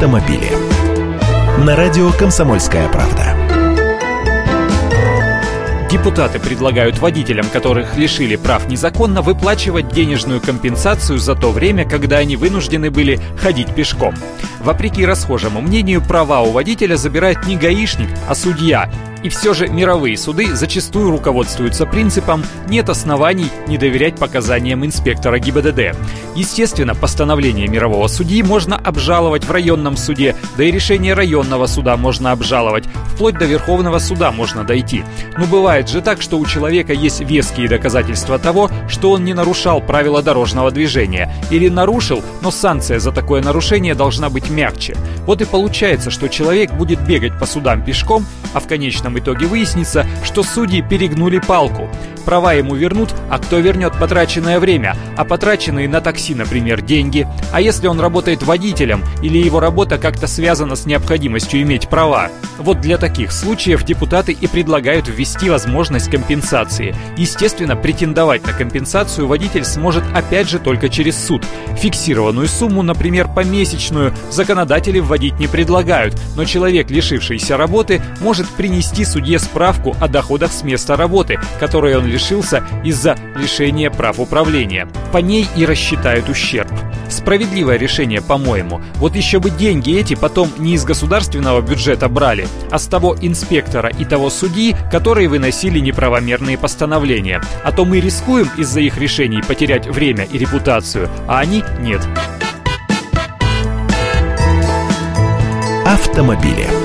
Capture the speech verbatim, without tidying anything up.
автомобили. На радио «Комсомольская правда». Депутаты предлагают водителям, которых лишили прав незаконно, выплачивать денежную компенсацию за то время, когда они вынуждены были ходить пешком. Вопреки расхожему мнению, права у водителя забирает не гаишник, а судья. И все же мировые суды зачастую руководствуются принципом «нет оснований не доверять показаниям инспектора ГИБДД». Естественно, постановление мирового судьи можно обжаловать в районном суде, да и решение районного суда можно обжаловать, вплоть до Верховного суда можно дойти. Но бывает же так, что у человека есть веские доказательства того, что он не нарушал правила дорожного движения. Или нарушил, но санкция за такое нарушение должна быть мягче. Вот и получается, что человек будет бегать по судам пешком, а в конечном итоге выяснится, что судьи перегнули палку. Права ему вернут, а кто вернет потраченное время? А потраченные на такси, например, деньги? А если он работает водителем или его работа как-то связана с необходимостью иметь права? Вот для таких случаев депутаты и предлагают ввести возможность компенсации. Естественно, претендовать на компенсацию водитель сможет опять же только через суд. Фиксированную сумму, например, помесячную, законодатели вводить не предлагают, но человек, лишившийся работы, может принести судье справку о доходах с места работы, которой он лишился из-за лишения прав управления. По ней и рассчитают ущерб. Справедливое решение, по-моему. Вот еще бы деньги эти потом не из государственного бюджета брали, а с того инспектора и того судьи, которые выносили неправомерные постановления. А то мы рискуем из-за их решений потерять время и репутацию, а они нет. Автомобили.